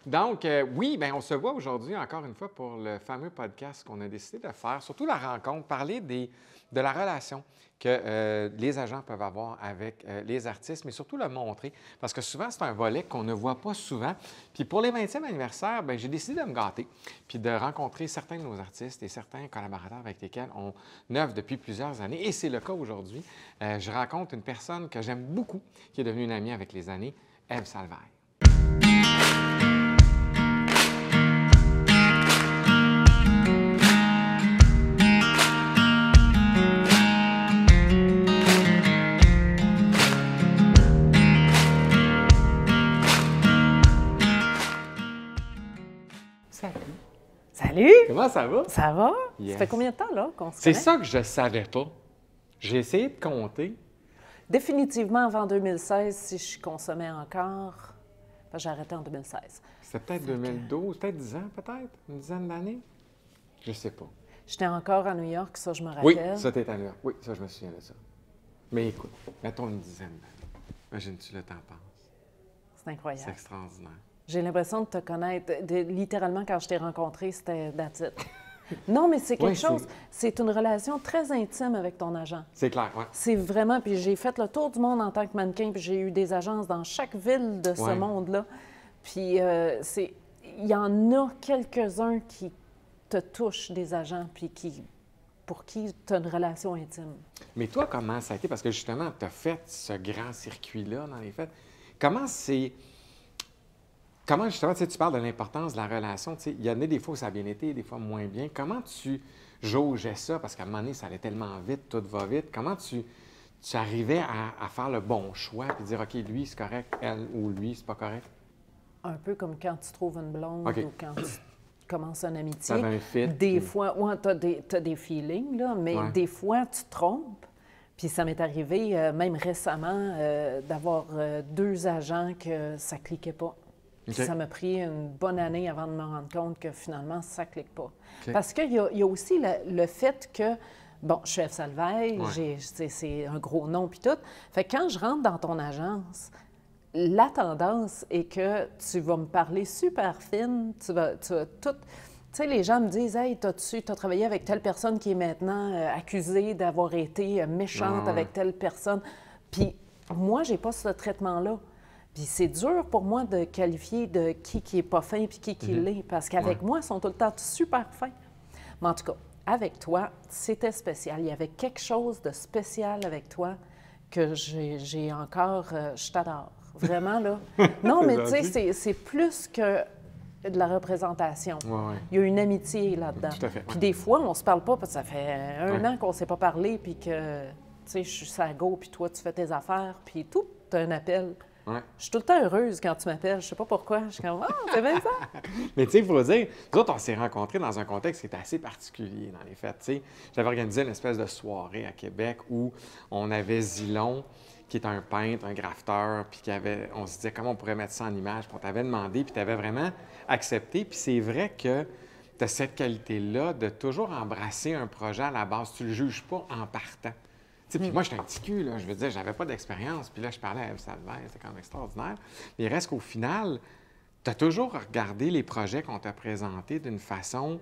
Donc, oui, bien, on se voit aujourd'hui encore une fois pour le fameux podcast qu'on a décidé de faire, surtout la rencontre, parler de la relation que les agents peuvent avoir avec les artistes, mais surtout le montrer, parce que souvent, c'est un volet qu'on ne voit pas souvent. Puis pour les 20e anniversaires, bien, j'ai décidé de me gâter, puis de rencontrer certains de nos artistes et certains collaborateurs avec lesquels on œuvre depuis plusieurs années, et c'est le cas aujourd'hui. Je rencontre une personne que j'aime beaucoup, qui est devenue une amie avec les années, Ève Salvaille. Salut! Comment ça va? Ça va? Yes. Ça fait combien de temps, là, qu'on se C'est connaît? ça que je ne savais pas. J'ai essayé de compter. Définitivement avant 2016, si je consommais encore. Enfin, j'ai arrêté en 2016. C'était peut-être 2012, peut-être 10 ans, peut-être? Une dizaine d'années? Je ne sais pas. J'étais encore à New York, ça, je me rappelle. Oui, ça, t'es à New York. Oui, ça, je me souviens de ça. Mais écoute, mettons une dizaine d'années. Imagine-tu le temps passe. C'est C'est incroyable. extraordinaire. J'ai l'impression de te connaître. Littéralement, quand je t'ai rencontré, c'était that's it. Non, mais c'est quelque Oui, chose. C'est une relation très intime avec ton agent. C'est clair, oui. C'est vraiment. Puis j'ai fait le tour du monde en tant que mannequin, puis j'ai eu des agences dans chaque ville de ce Ouais. monde-là. Puis il y en a quelques-uns qui te touchent, des agents, puis pour qui tu as une relation intime. Mais toi, comment ça a été? Parce que justement, tu as fait ce grand circuit-là dans les fêtes. Comment c'est. Comment justement, tu parles de l'importance de la relation. Il y en a des fois où ça a bien été, des fois moins bien. Comment tu jaugeais ça? Parce qu'à un moment donné, ça allait tellement vite, tout va vite. Comment tu arrivais à faire le bon choix et dire, OK, lui, c'est correct, elle ou lui, c'est pas correct? Un peu comme quand tu trouves une blonde OK. ou quand tu commences une amitié. Ça avait un fit, Des puis- fois, ouais, tu as des feelings, là, mais Ouais. des fois, tu te trompes. Puis ça m'est arrivé, même récemment, d'avoir 2 agents que ça cliquait pas. Puis OK. ça m'a pris une bonne année avant de me rendre compte que finalement, ça clique pas. OK. Parce qu'il y a aussi le fait que, bon, je suis Ève Salvaille, Ouais. c'est un gros nom puis tout. Fait que quand je rentre dans ton agence, la tendance est que tu vas me parler super fine, tu vas tout... Tu sais, les gens me disent « Hey, t'as travaillé avec telle personne qui est maintenant accusée d'avoir été méchante Ouais. avec telle personne. » Puis moi, j'ai pas ce traitement-là. Puis c'est dur pour moi de qualifier de qui est pas fin puis qui l'est, parce qu'avec moi, ils sont tout le temps super fins. Mais en tout cas, avec toi, c'était spécial. Il y avait quelque chose de spécial avec toi que j'ai encore... je t'adore. Vraiment, là. Non, C'est mais tu gentil. sais, c'est plus que de la représentation. Ouais, ouais. Il y a une amitié là-dedans. Tout à fait, Puis ouais. des fois, on se parle pas parce que ça fait un Ouais. an qu'on ne s'est pas parlé, puis que, tu sais, je suis sur la go, puis toi, tu fais tes affaires, puis tout, tu as un appel. Ouais. Je suis tout le temps heureuse quand tu m'appelles. Je sais pas pourquoi. Je suis comme, ah, c'est bien ça. Mais tu sais, il faut dire, nous autres, on s'est rencontrés dans un contexte qui était assez particulier dans les fêtes. Tu sais, j'avais organisé une espèce de soirée à Québec où on avait Zilon, qui est un peintre, un grafteur, puis on se disait comment on pourrait mettre ça en image. Puis on t'avait demandé, puis tu avais vraiment accepté. Puis c'est vrai que tu as cette qualité-là de toujours embrasser un projet à la base. Tu le juges pas en partant. Puis moi, j'étais un petit cul, là. Je veux dire, j'avais pas d'expérience. Puis là, je parlais à Ève Salvaille, c'était quand même extraordinaire. Mais il reste qu'au final, tu as toujours regardé les projets qu'on t'a présentés d'une façon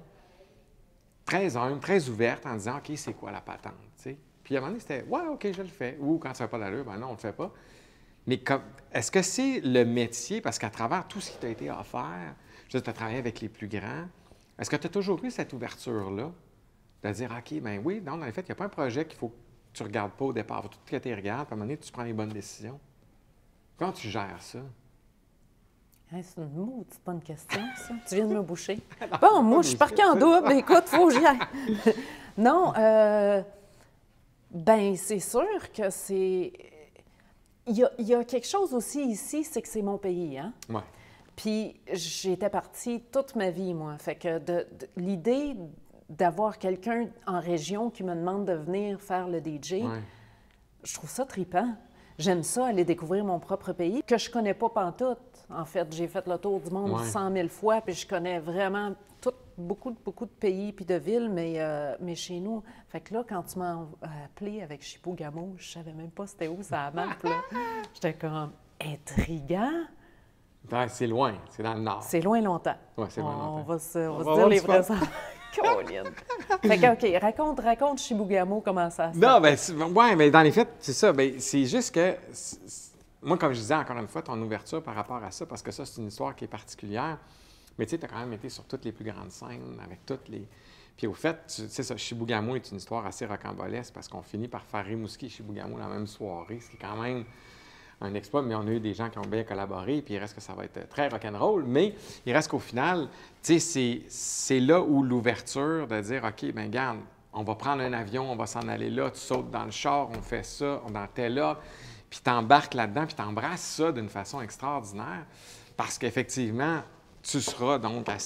très humble, très ouverte, en disant, OK, c'est quoi la patente, tu sais? Puis à un moment donné, c'était, ouais, OK, je le fais. Ou quand ça ne fait pas d'allure, ben non, on ne le fait pas. Mais est-ce que c'est le métier, parce qu'à travers tout ce qui t'a été offert, je veux dire, tu as travaillé avec les plus grands, est-ce que tu as toujours eu cette ouverture-là de dire, OK, ben oui, non, dans les faits, il n'y a pas un projet qu'il faut que tu ne regardes pas au départ. Il faut tout que tu regardes, puis à un moment donné, tu prends les bonnes décisions. Comment tu gères ça? Hey, c'est une maudite bonne question, ça. Tu viens de me boucher. Bon, moi, je suis parquée en double. Écoute, faut que j'y aille. Non, ben c'est sûr que c'est... Il y a quelque chose aussi ici, c'est que c'est mon pays, hein? Ouais. Puis j'étais partie toute ma vie, moi. Fait que l'idée d'avoir quelqu'un en région qui me demande de venir faire le DJ, Ouais. je trouve ça trippant. J'aime ça, aller découvrir mon propre pays, que je connais pas pantoute. En fait, j'ai fait le tour du monde Ouais. 100 000 fois, puis je connais vraiment beaucoup de pays puis de villes, mais chez nous... Fait que là, quand tu m'as appelé avec Chibougamau, je savais même pas c'était où ça map, là. J'étais comme intriguant. Ben, c'est loin, c'est dans le nord. C'est loin longtemps. Oui, c'est loin longtemps. On va se va dire les voir vrais Colin. Fait que, OK, raconte Chibougamau, comment ça se passe. Non, bien, ouais, mais dans les faits, c'est ça. Bien, c'est juste que, moi, comme je disais encore une fois, ton ouverture par rapport à ça, parce que ça, c'est une histoire qui est particulière, mais tu sais, tu as quand même été sur toutes les plus grandes scènes, avec toutes les... Puis au fait, tu sais, ça, Chibougamau est une histoire assez rocambolesque, parce qu'on finit par faire Rimouski et Chibougamau la même soirée, ce qui est quand même un exploit, mais on a eu des gens qui ont bien collaboré, puis il reste que ça va être très rock'n'roll, mais il reste qu'au final, tu sais, c'est là où l'ouverture de dire, OK, bien, regarde, on va prendre un avion, on va s'en aller là, tu sautes dans le char, on fait ça, on en tel là, puis tu embarques là-dedans, puis tu embrasses ça d'une façon extraordinaire, parce qu'effectivement, tu seras donc à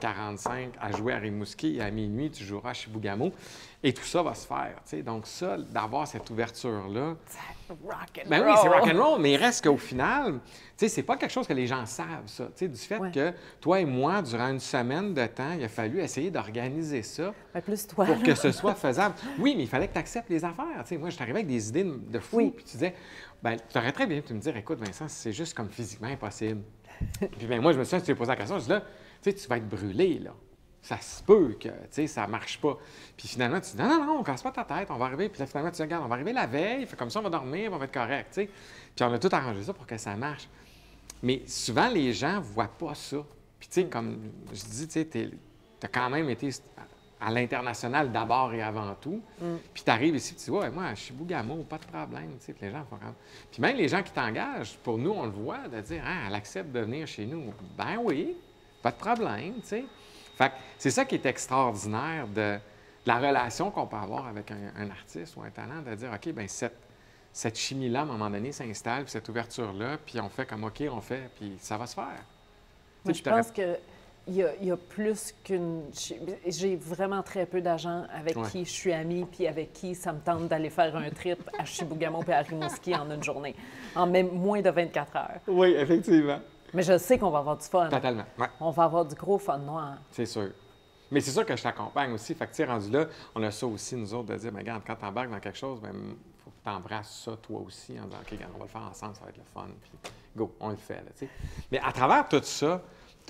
7h45 à jouer à Rimouski et à minuit, tu joueras à Chibougamau. Et tout ça va se faire. T'sais. Donc ça, d'avoir cette ouverture-là... Rock'n'roll! Ben oui, c'est rock'n'roll, mais il reste qu'au final, c'est pas quelque chose que les gens savent, ça. Du fait que toi et moi, durant une semaine de temps, il a fallu essayer d'organiser ça plus toi, pour que ce soit faisable. Oui, mais il fallait que tu acceptes les affaires. Moi, je suis arrivé avec des idées de fou, puis tu disais, ben, tu aurais très bien pu me dire, écoute, Vincent, c'est juste comme physiquement impossible. Puis ben, moi, je me souviens, tu t'es posé la question, je dis là, tu vas être brûlé, là. Ça se peut que, ça marche pas. Puis finalement, tu dis, non, on casse pas ta tête, on va arriver. Puis là, finalement, tu dis, regarde, on va arriver la veille, fait comme ça, on va dormir, on va être correct, tu sais. Puis on a tout arrangé ça pour que ça marche. Mais souvent, les gens voient pas ça. Puis tu sais, comme je dis, tu sais, t'as quand même été à l'international d'abord et avant tout. Puis tu arrives ici, tu dis, ouais, moi, je suis Chibougamau, pas de problème, tu sais. Puis les gens font comme... Puis même les gens qui t'engagent, pour nous, on le voit, de dire, ah, elle accepte de venir chez nous. Ben oui, pas de problème, tu sais. Fait que c'est ça qui est extraordinaire de la relation qu'on peut avoir avec un artiste ou un talent, de dire, OK, bien, cette chimie-là, à un moment donné, s'installe, puis cette ouverture-là, puis on fait comme, OK, on fait, puis ça va se faire. Moi, je pense qu'il y a plus qu'une... J'ai vraiment très peu d'agents avec qui je suis amie, puis avec qui ça me tente d'aller faire un trip à Chibougamau et à Rimouski en une journée, en même moins de 24 heures. Oui, effectivement. Mais je sais qu'on va avoir du fun. Totalement, ouais. On va avoir du gros fun noir. C'est sûr. Mais c'est sûr que je t'accompagne aussi. Fait que, tu sais, rendu là, on a ça aussi, nous autres, de dire, mais regarde, quand tu embarques dans quelque chose, bien, il faut que tu embrasses ça toi aussi, en disant, OK, regarde, on va le faire ensemble, ça va être le fun, puis go, on le fait, là, tu sais. Mais à travers tout ça,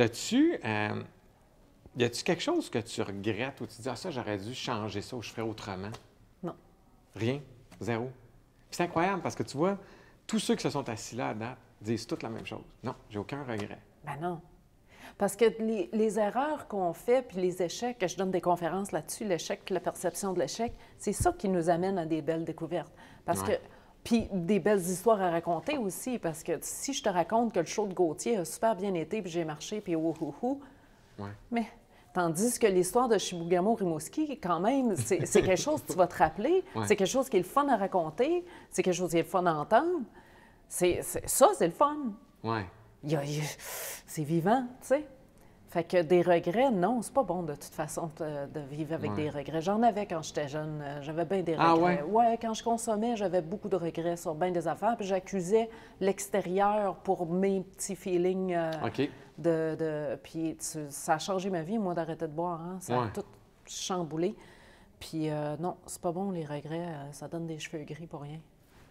y a-tu quelque chose que tu regrettes ou tu dis, ah, ça, j'aurais dû changer ça ou je ferais autrement? Non. Rien? Zéro? Puis c'est incroyable parce que tu vois, tous ceux qui se sont assis là à date disent toutes la même chose. Non, j'ai aucun regret. Ben non. Parce que les erreurs qu'on fait, puis les échecs, que je donne des conférences là-dessus, l'échec, la perception de l'échec, c'est ça qui nous amène à des belles découvertes. Parce que, puis des belles histoires à raconter aussi, parce que si je te raconte que le show de Gauthier a super bien été, puis j'ai marché, puis wouhouhou, mais tandis que l'histoire de Chibougamau-Rimouski, quand même, c'est quelque chose que tu vas te rappeler, c'est quelque chose qui est le fun à raconter, c'est quelque chose qui est le fun à entendre. Ça, c'est le fun. Oui. C'est vivant, tu sais. Fait que des regrets, non, c'est pas bon de toute façon de vivre avec des regrets. J'en avais quand j'étais jeune, j'avais bien des regrets. Ah ouais? Ouais, quand je consommais, j'avais beaucoup de regrets sur bien des affaires, puis j'accusais l'extérieur pour mes petits feelings Puis ça a changé ma vie, moi, d'arrêter de boire, hein. Ça a tout chamboulé. Puis non, c'est pas bon, les regrets, ça donne des cheveux gris pour rien.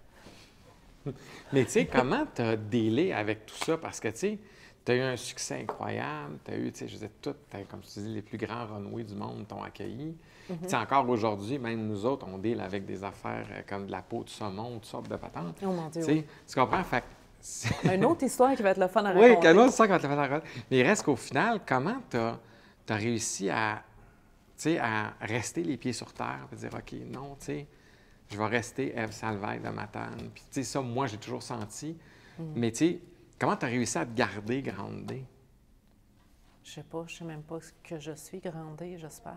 Mais tu sais, comment tu as délai avec tout ça? Parce que, tu sais, tu as eu un succès incroyable, tu as eu, tu sais, je disais, comme tu dis, les plus grands runways du monde t'ont accueilli. Tu sais, encore aujourd'hui, même nous autres, on deal avec des affaires comme de la peau de saumon, toutes sortes de patentes. Oh mon Dieu, tu comprends? Fait une autre histoire qui va être le fun à raconter. Oui, une autre histoire qui va être le fun à raconter. Mais il reste qu'au final, comment tu as réussi à rester les pieds sur terre et dire, OK, non, tu sais, je vais rester Ève Salvaille de Matane. Puis, tu sais, ça, moi, j'ai toujours senti. Mais, tu sais, comment tu as réussi à te garder groundé? Je sais pas. Je sais même pas ce que je suis groundé, j'espère.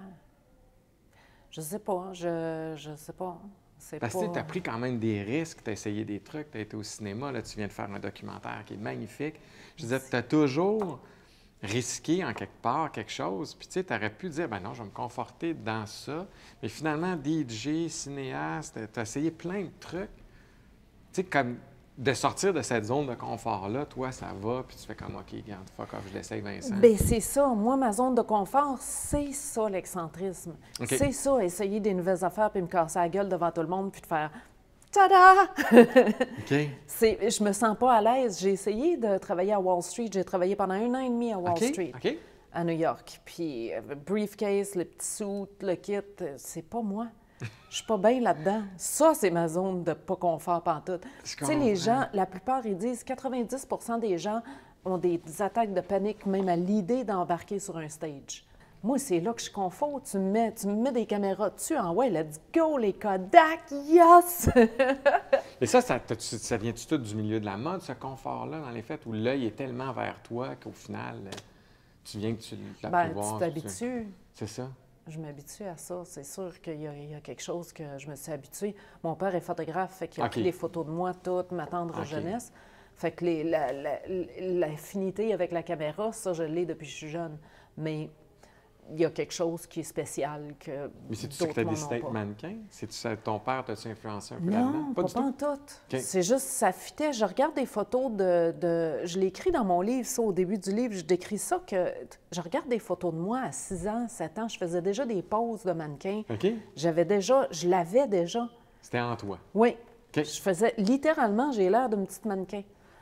Je sais pas. Je sais pas. Parce que tu as pris quand même des risques, tu as essayé des trucs, tu as été au cinéma, là, tu viens de faire un documentaire qui est magnifique. Je disais, tu as toujours risqué en quelque part quelque chose, puis tu sais, tu aurais pu dire, ben non, je vais me conforter dans ça, mais finalement, DJ, cinéaste, tu as essayé plein de trucs. Tu sais, comme de sortir de cette zone de confort-là, toi, ça va, puis tu fais comme, OK, regarde, fuck off, je l'essaye, Vincent. Bien, c'est ça. Moi, ma zone de confort, c'est ça, l'excentrisme. Okay. C'est ça, essayer des nouvelles affaires, puis me casser la gueule devant tout le monde, puis de faire tada! OK. Je me sens pas à l'aise. J'ai essayé de travailler à Wall Street. J'ai travaillé pendant 1 an et demi à Wall Street, OK. à New York. Puis, briefcase, le petit suit, le kit, c'est pas moi. Je suis pas bien là-dedans. Ça, c'est ma zone de pas confort pantoute. Tu sais, les gens, la plupart, ils disent 90 des gens ont des attaques de panique même à l'idée d'embarquer sur un stage. Moi, c'est là que je suis confort. Tu me mets des caméras dessus, en ouais, let's go, les Kodak, yes! Mais ça vient-tu tout du milieu de la mode, ce confort-là, dans les faits, où l'œil est tellement vers toi qu'au final, tu viens que tu l'as pu voir. Tu t'habitues. C'est ça. Je m'habitue à ça. C'est sûr qu'il y a quelque chose que je me suis habituée. Mon père est photographe, fait qu'il a pris les photos de moi, toutes, ma tendre jeunesse. Fait que l'affinité avec la caméra, ça, je l'ai depuis que je suis jeune. Mais il y a quelque chose qui est spécial que Mais c'est-tu ça que tu as décidé d'être mannequin? C'est-tu ça, ton père t'a-tu influencé un peu là-dedans? là-dedans? Pas en tout. Okay. C'est juste, ça fitait. Je regarde des photos je l'ai écrit dans mon livre, ça, au début du livre, je décris ça, que je regarde des photos de moi à 6 ans, 7 ans. Je faisais déjà des poses de mannequin. OK. Je l'avais déjà. C'était en toi? Oui. Okay. Je faisais, littéralement, j'ai l'air d'une petite mannequin.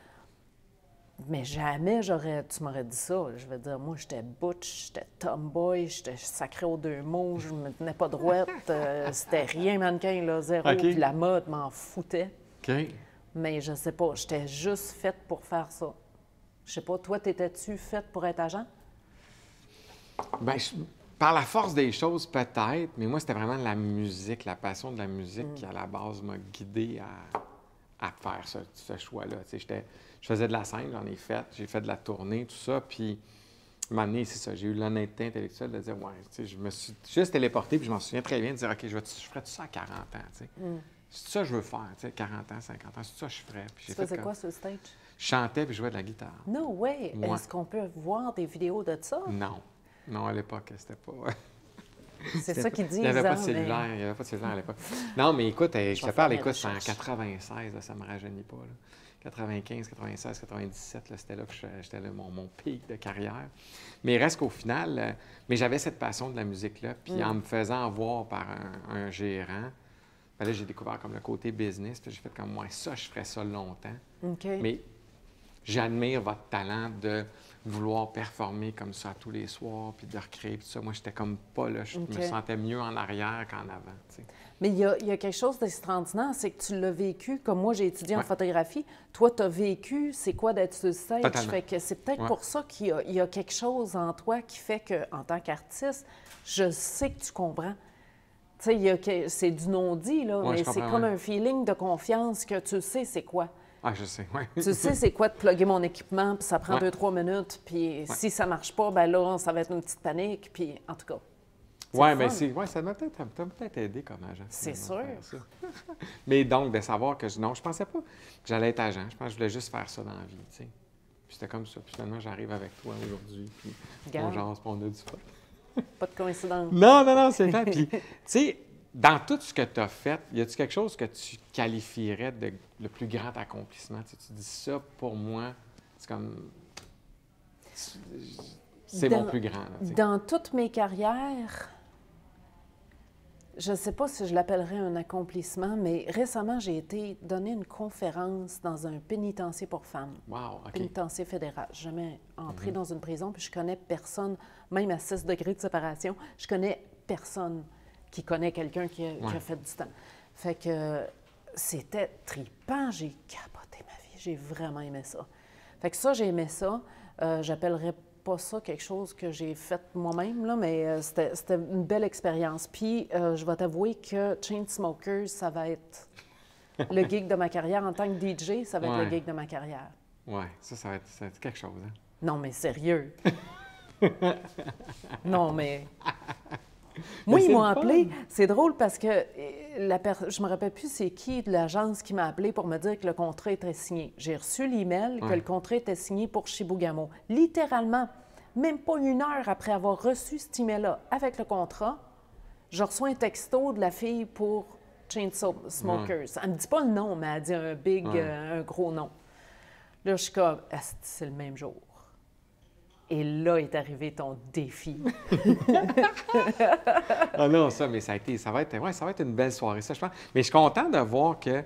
Mais jamais tu m'aurais dit ça. Je veux dire, moi, j'étais butch, j'étais tomboy, j'étais sacré aux 2 mots, je me tenais pas droite. C'était rien mannequin, là, zéro. Puis la mode m'en foutait. OK. Mais je sais pas, j'étais juste faite pour faire ça. Je sais pas, toi, t'étais-tu faite pour être agent? Bien, par la force des choses, peut-être, mais moi, c'était vraiment la musique, la passion de la musique qui, à la base, m'a guidé à faire ce choix-là. Tu sais, je faisais de la scène, j'en ai fait, j'ai fait de la tournée, tout ça, puis à un moment donné, c'est ça, j'ai eu l'honnêteté intellectuelle de dire, ouais, tu sais, je me suis juste téléporté, puis je m'en souviens très bien de dire, OK, je ferais tout ça à 40 ans, tu sais. C'est ça que je veux faire, tu sais, 40 ans, 50 ans, c'est ça que je ferais. Puis tu faisais quoi sur le stage? Je chantais puis je jouais de la guitare. No way! Est-ce qu'on peut voir des vidéos de ça? Non. Non, à l'époque, c'était pas... C'est ça qu'ils disent. Il n'y avait pas de cellulaire, il n'y avait pas de cellulaire à l'époque. Non, mais écoute, je te parle, écoute, c'est en 96, là, ça ne me rajeunit pas, là. 95, 96, 97, là, c'était là que j'étais là, mon pic de carrière. Mais il reste qu'au final, mais j'avais cette passion de la musique-là, puis en me faisant voir par un gérant, ben là, j'ai découvert comme le côté business, puis j'ai fait comme, moi, ça, je ferais ça longtemps. Okay. Mais j'admire votre talent de vouloir performer comme ça tous les soirs, puis de recréer, puis tout ça. Moi, j'étais comme pas là. Je me sentais mieux en arrière qu'en avant, tu sais. Mais il y a quelque chose d'extraordinaire, c'est que tu l'as vécu, comme moi, j'ai étudié en photographie. Toi, tu as vécu, c'est quoi d'être sur le stage? Fait que c'est peut-être pour ça qu'il y a quelque chose en toi qui fait qu'en tant qu'artiste, je sais que tu comprends. Tu sais, c'est du non-dit, là, mais c'est comme un feeling de confiance que tu sais c'est quoi. Ah, je sais, oui. Tu sais c'est quoi de plugger mon équipement, puis ça prend 2-3 minutes, puis si ça marche pas, ben là, ça va être une petite panique, puis en tout cas. Oui, mais ça m'a peut-être aidé comme agent. C'est sûr. Mais donc, de savoir que je pensais pas que j'allais être agent. Je pense que je voulais juste faire ça dans la vie, tu sais. Puis c'était comme ça. Puis finalement, j'arrive avec toi aujourd'hui, puis on jase, puis on a du fun. Pas de coïncidence. Non, c'est vrai. Puis, tu sais, dans tout ce que tu as fait, y a-t-il quelque chose que tu qualifierais de le plus grand accomplissement? Tu dis ça, pour moi, c'est comme... C'est mon plus grand. Là, dans toutes mes carrières, je ne sais pas si je l'appellerais un accomplissement, mais récemment, j'ai été donner une conférence dans un pénitencier pour femmes. Wow, OK. Pénitencier fédéral. Je suis jamais entrée dans une prison, puis je connais personne, même à 6 degrés de séparation, je connais personne qui connaît quelqu'un qui a fait du temps. Fait que c'était tripant, j'ai capoté ma vie, j'ai vraiment aimé ça. Fait que ça, j'ai aimé ça. J'appellerais pas ça quelque chose que j'ai fait moi-même, là, mais c'était une belle expérience. Puis, je vais t'avouer que Chainsmokers, ça va être le gig de ma carrière. En tant que DJ, ça va être le gig de ma carrière. Oui, ça va être quelque chose. Hein? Non, mais sérieux. Non, mais... Moi, ils m'ont appelé. C'est drôle parce que je me rappelle plus c'est qui de l'agence qui m'a appelé pour me dire que le contrat était signé. J'ai reçu l'email que le contrat était signé pour Chibougamau. Littéralement, même pas 1 heure après avoir reçu cet email-là avec le contrat, je reçois un texto de la fille pour Chainsmokers. Elle me dit pas le nom, mais elle dit un gros nom. Là, je suis comme, c'est le même jour. Et là est arrivé ton défi. Ah non, ça, mais ça va être une belle soirée, ça, je pense. Mais je suis content de voir que,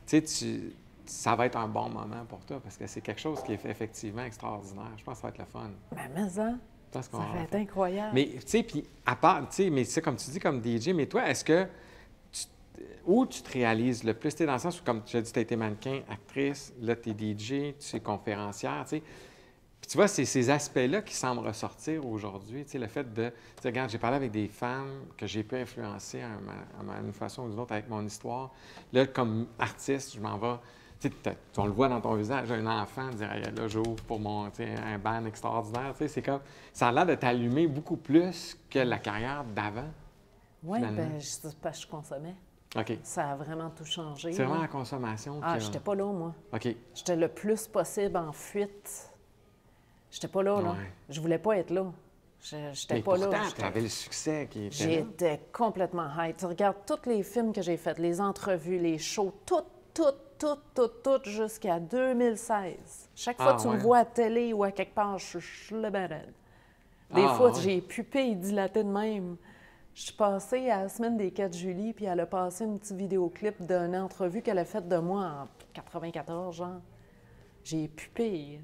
ça va être un bon moment pour toi, parce que c'est quelque chose qui est effectivement extraordinaire. Je pense que ça va être le fun. Mais ça va être incroyable. Mais, tu sais, puis à part, tu sais, mais c'est comme tu dis, comme DJ, mais toi, est-ce que, où tu te réalises le plus? Tu es dans le sens où, comme tu as dit, tu as été mannequin, actrice, là, tu es DJ, tu es conférencière, tu sais. Puis tu vois, c'est ces aspects-là qui semblent ressortir aujourd'hui. Tu sais, le fait de... Tu sais, regarde, j'ai parlé avec des femmes que j'ai pu influencer à une façon ou d'une autre avec mon histoire. Là, comme artiste, je m'en vais... Tu sais, on le voit dans ton visage, un enfant dire hey, « là, j'ouvre pour mon, un band extraordinaire ». Tu sais, c'est comme... Ça a l'air de t'allumer beaucoup plus que la carrière d'avant. Oui, bien, parce que je consommais. OK. Ça a vraiment tout changé. C'est vraiment la consommation. Ah, j'étais pas là, moi. OK. J'étais le plus possible en fuite. J'étais pas là, là. Ouais. Je voulais pas être là. J'étais pas pourtant, là. tu avais le succès qui était là. J'étais complètement high. Tu regardes tous les films que j'ai faits, les entrevues, les shows, tout, jusqu'à 2016. Chaque fois que tu me vois à télé ou à quelque part, je suis le barade. Des fois, j'ai pupille dilatée de même. Je suis passée à la semaine des 4 juillet, puis elle a passé un petit vidéoclip d'une entrevue qu'elle a faite de moi en 94, genre. J'ai pupille.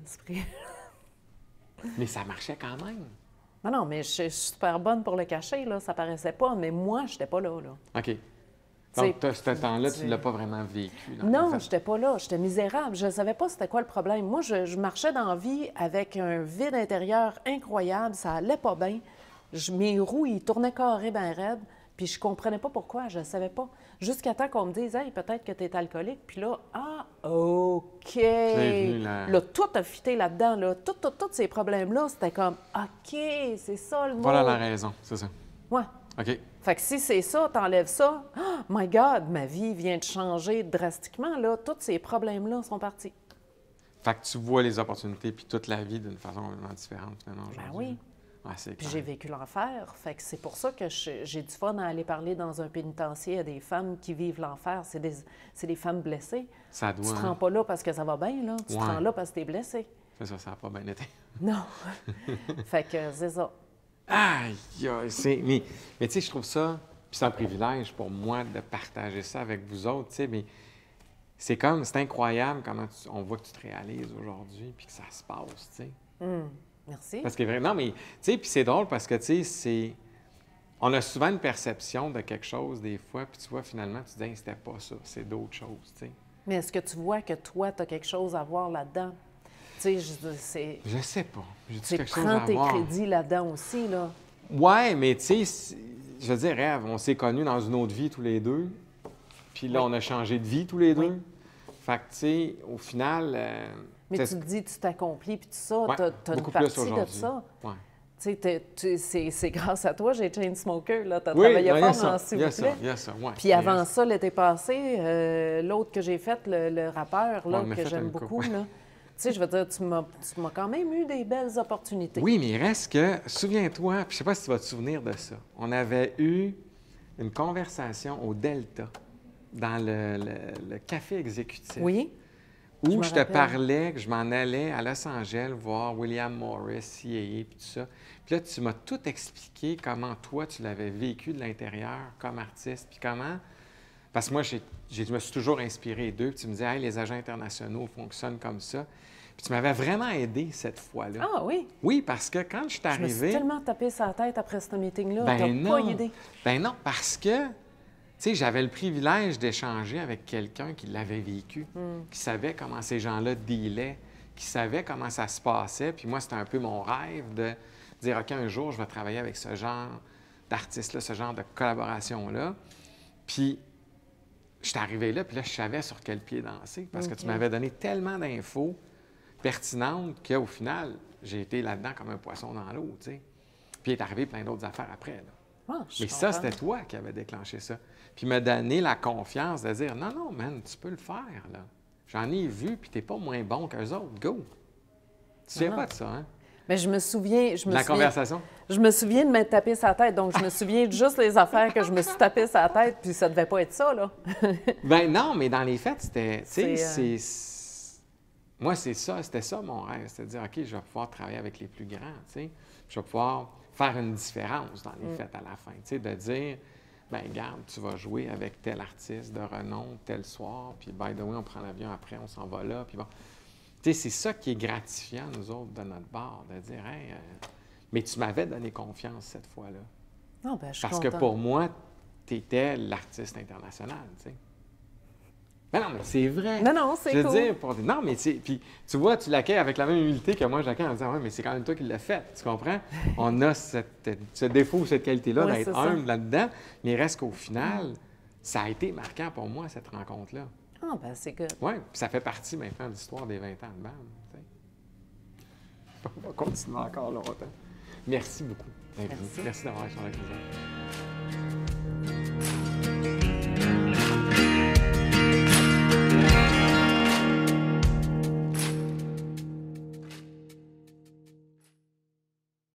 Mais ça marchait quand même. Non, mais je suis super bonne pour le cacher, là. Ça paraissait pas, mais moi, j'étais pas là. OK. Donc, ce temps-là, tu ne l'as pas vraiment vécu. Non, j'étais pas là. J'étais misérable. Je ne savais pas c'était quoi le problème. Moi, je marchais dans la vie avec un vide intérieur incroyable. Ça allait pas bien. Mes roues, ils tournaient carré bien raide. Puis je comprenais pas pourquoi. Je ne savais pas. Jusqu'à temps qu'on me dise « Hey, peut-être que tu es alcoolique. » Puis là, OK. Là, tout a fité là-dedans. Là. Tous ces problèmes-là, c'était comme « OK, c'est ça le mot. » Voilà la raison, c'est ça. Ouais. OK. Fait que si c'est ça, t'enlèves ça, oh my God, ma vie vient de changer drastiquement, là. Tous ces problèmes-là sont partis. Fait que tu vois les opportunités puis toute la vie d'une façon vraiment différente, finalement, Ben oui. Ouais, c'est puis j'ai vécu l'enfer. Fait que c'est pour ça que j'ai du fun à aller parler dans un pénitencier à des femmes qui vivent l'enfer. C'est des femmes blessées. Ça doit... Tu te rends pas là parce que ça va bien, là. Tu te rends là parce que t'es blessé. C'est ça, ça n'a pas bien été. Non. Fait que c'est ça. Aïe! Mais tu sais, je trouve ça, puis c'est un privilège pour moi de partager ça avec vous autres, tu sais, mais c'est incroyable comment on voit que tu te réalises aujourd'hui, puis que ça se passe, tu sais. Merci. Parce que vraiment, mais, tu sais, puis c'est drôle parce que, tu sais, on a souvent une perception de quelque chose des fois, puis tu vois, finalement, tu te dis, hey, c'était pas ça, c'est d'autres choses, tu sais. Mais est-ce que tu vois que toi, tu as quelque chose à voir là-dedans? Tu sais, je sais pas. J'ai quelque chose à voir. Tu prends tes crédits là-dedans aussi, là. Ouais, mais tu sais, je veux dire, Ève, on s'est connus dans une autre vie tous les deux. Puis là, on a changé de vie tous les deux. Fait que, tu sais, au final... mais tu te dis, tu t'accomplis, puis tout ça, ouais, tu as une partie de ça. Ouais. Tu sais, c'est grâce à toi, j'ai Chainsmoker, là. Tu as travaillé fort en s'il vous plaît. Il y a ça, ouais. Puis avant ça, l'été passé, l'autre que j'ai fait, le rappeur, là, que j'aime beaucoup, là. Tu sais, je veux dire, tu m'as quand même eu des belles opportunités. Oui, mais il reste que, souviens-toi, puis je sais pas si tu vas te souvenir de ça, on avait eu une conversation au Delta, dans le café exécutif. Oui. Où je te parlais que je m'en allais à Los Angeles voir William Morris, CAA, puis tout ça. Puis là, tu m'as tout expliqué comment toi, tu l'avais vécu de l'intérieur comme artiste, puis comment... Parce que moi, je me suis toujours inspiré d'eux, puis tu me disais, hey, les agents internationaux fonctionnent comme ça. Puis tu m'avais vraiment aidé cette fois-là. Ah oui? Oui, parce que quand je suis arrivé... Je me suis tellement tapé sa tête après ce meeting-là, ben t'as non, pas aidé. Ben non, parce que, tu sais, j'avais le privilège d'échanger avec quelqu'un qui l'avait vécu, qui savait comment ces gens-là dealaient, qui savait comment ça se passait. Puis moi, c'était un peu mon rêve de dire, OK, un jour, je vais travailler avec ce genre d'artiste-là, ce genre de collaboration-là. Puis... je suis arrivé là, puis là, je savais sur quel pied danser, parce que tu m'avais donné tellement d'infos pertinentes qu'au final, j'ai été là-dedans comme un poisson dans l'eau, tu sais. Puis il est arrivé plein d'autres affaires après, là. Mais ça, c'était toi qui avais déclenché ça. Puis me donner la confiance de dire, non, non, man, tu peux le faire, là. J'en ai vu, puis t'es pas moins bon qu'eux autres, go! Tu te souviens pas de ça, hein? Mais je me souviens... conversation? Je me souviens de m'être tapé sa tête, donc je me souviens de juste les affaires que je me suis tapé sa tête, puis ça devait pas être ça, là. Ben non, mais dans les faits, c'était... Tu sais, moi, c'était ça mon rêve, c'était de dire, OK, je vais pouvoir travailler avec les plus grands, tu sais. Je vais pouvoir faire une différence dans les fêtes à la fin, tu sais, de dire, bien, regarde, tu vas jouer avec tel artiste de renom tel soir, puis by the way, on prend l'avion après, on s'en va là, puis bon. Tu sais, c'est ça qui est gratifiant, nous autres, de notre bord, de dire, hey, mais tu m'avais donné confiance cette fois-là. Non, ben, je suis Parce que contente. pour moi, tu étais l'artiste international, tu sais. Ben non, mais c'est vrai. Non, non, c'est Je veux cool. dire, non, mais puis tu vois, tu l'accueilles avec la même humilité que moi, j'accueille en disant, ouais, mais c'est quand même toi qui l'as fait, tu comprends? On a ce défaut, cette qualité-là Oui, d'être c'est ça. humble là-dedans, mais il reste qu'au final, ça a été marquant pour moi, cette rencontre-là. Ah, ben, c'est good. Oui, puis ça fait partie maintenant de l'histoire des 20 ans de band. Tu sais. On va continuer encore longtemps. Merci beaucoup d'être venu. Merci. Merci d'avoir échangé avec nous.